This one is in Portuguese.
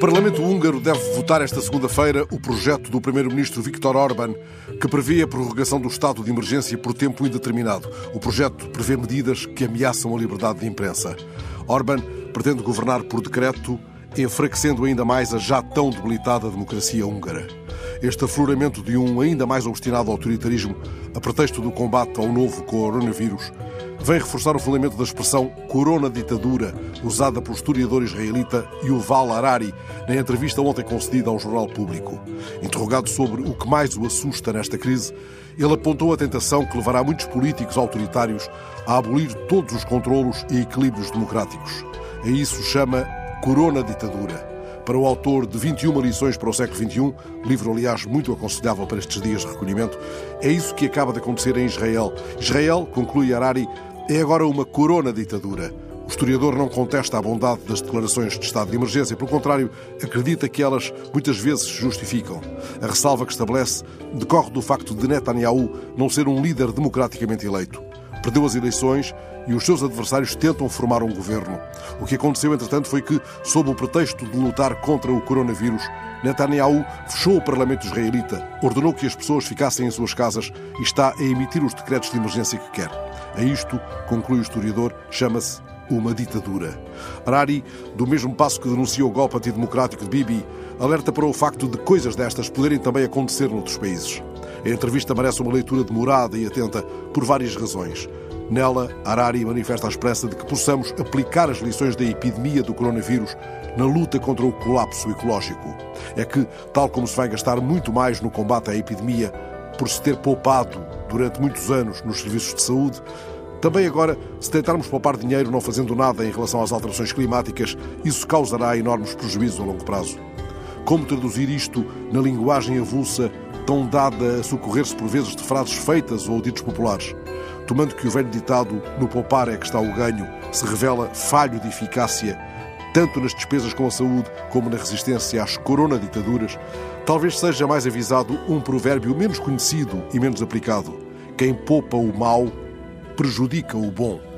Parlamento húngaro deve votar esta segunda-feira o projeto do primeiro-ministro Viktor Orbán, que prevê a prorrogação do estado de emergência por tempo indeterminado. O projeto prevê medidas que ameaçam a liberdade de imprensa. Orbán pretende governar por decreto, enfraquecendo ainda mais a já tão debilitada democracia húngara. Este afloramento de um ainda mais obstinado autoritarismo, a pretexto do combate ao novo coronavírus, vem reforçar o fundamento da expressão corona-ditadura, usada pelo historiador israelita Yuval Harari na entrevista ontem concedida a um jornal público. Interrogado sobre o que mais o assusta nesta crise, ele apontou a tentação que levará muitos políticos autoritários a abolir todos os controlos e equilíbrios democráticos. A isso chama corona-ditadura. Para o autor de 21 lições para o século XXI, livro, aliás, muito aconselhável para estes dias de recolhimento, é isso que acaba de acontecer em Israel. Israel, conclui Harari, é agora uma corona-ditadura. O historiador não contesta a bondade das declarações de estado de emergência, pelo contrário, acredita que elas muitas vezes se justificam. A ressalva que estabelece decorre do facto de Netanyahu não ser um líder democraticamente eleito. Perdeu as eleições e os seus adversários tentam formar um governo. O que aconteceu, entretanto, foi que, sob o pretexto de lutar contra o coronavírus, Netanyahu fechou o Parlamento israelita, ordenou que as pessoas ficassem em suas casas e está a emitir os decretos de emergência que quer. A isto, conclui o historiador, chama-se uma ditadura. Harari, do mesmo passo que denuncia o golpe antidemocrático de Bibi, alerta para o facto de coisas destas poderem também acontecer noutros países. A entrevista merece uma leitura demorada e atenta por várias razões. Nela, Harari manifesta a esperança de que possamos aplicar as lições da epidemia do coronavírus na luta contra o colapso ecológico. É que, tal como se vai gastar muito mais no combate à epidemia por se ter poupado durante muitos anos nos serviços de saúde, também agora, se tentarmos poupar dinheiro não fazendo nada em relação às alterações climáticas, isso causará enormes prejuízos a longo prazo. Como traduzir isto na linguagem avulsa, tão dada a socorrer-se por vezes de frases feitas ou ditos populares? Tomando que o velho ditado "no poupar é que está o ganho" se revela falho de eficácia, tanto nas despesas com a saúde como na resistência às coronaditaduras, talvez seja mais avisado um provérbio menos conhecido e menos aplicado: quem poupa o mau, prejudica o bom.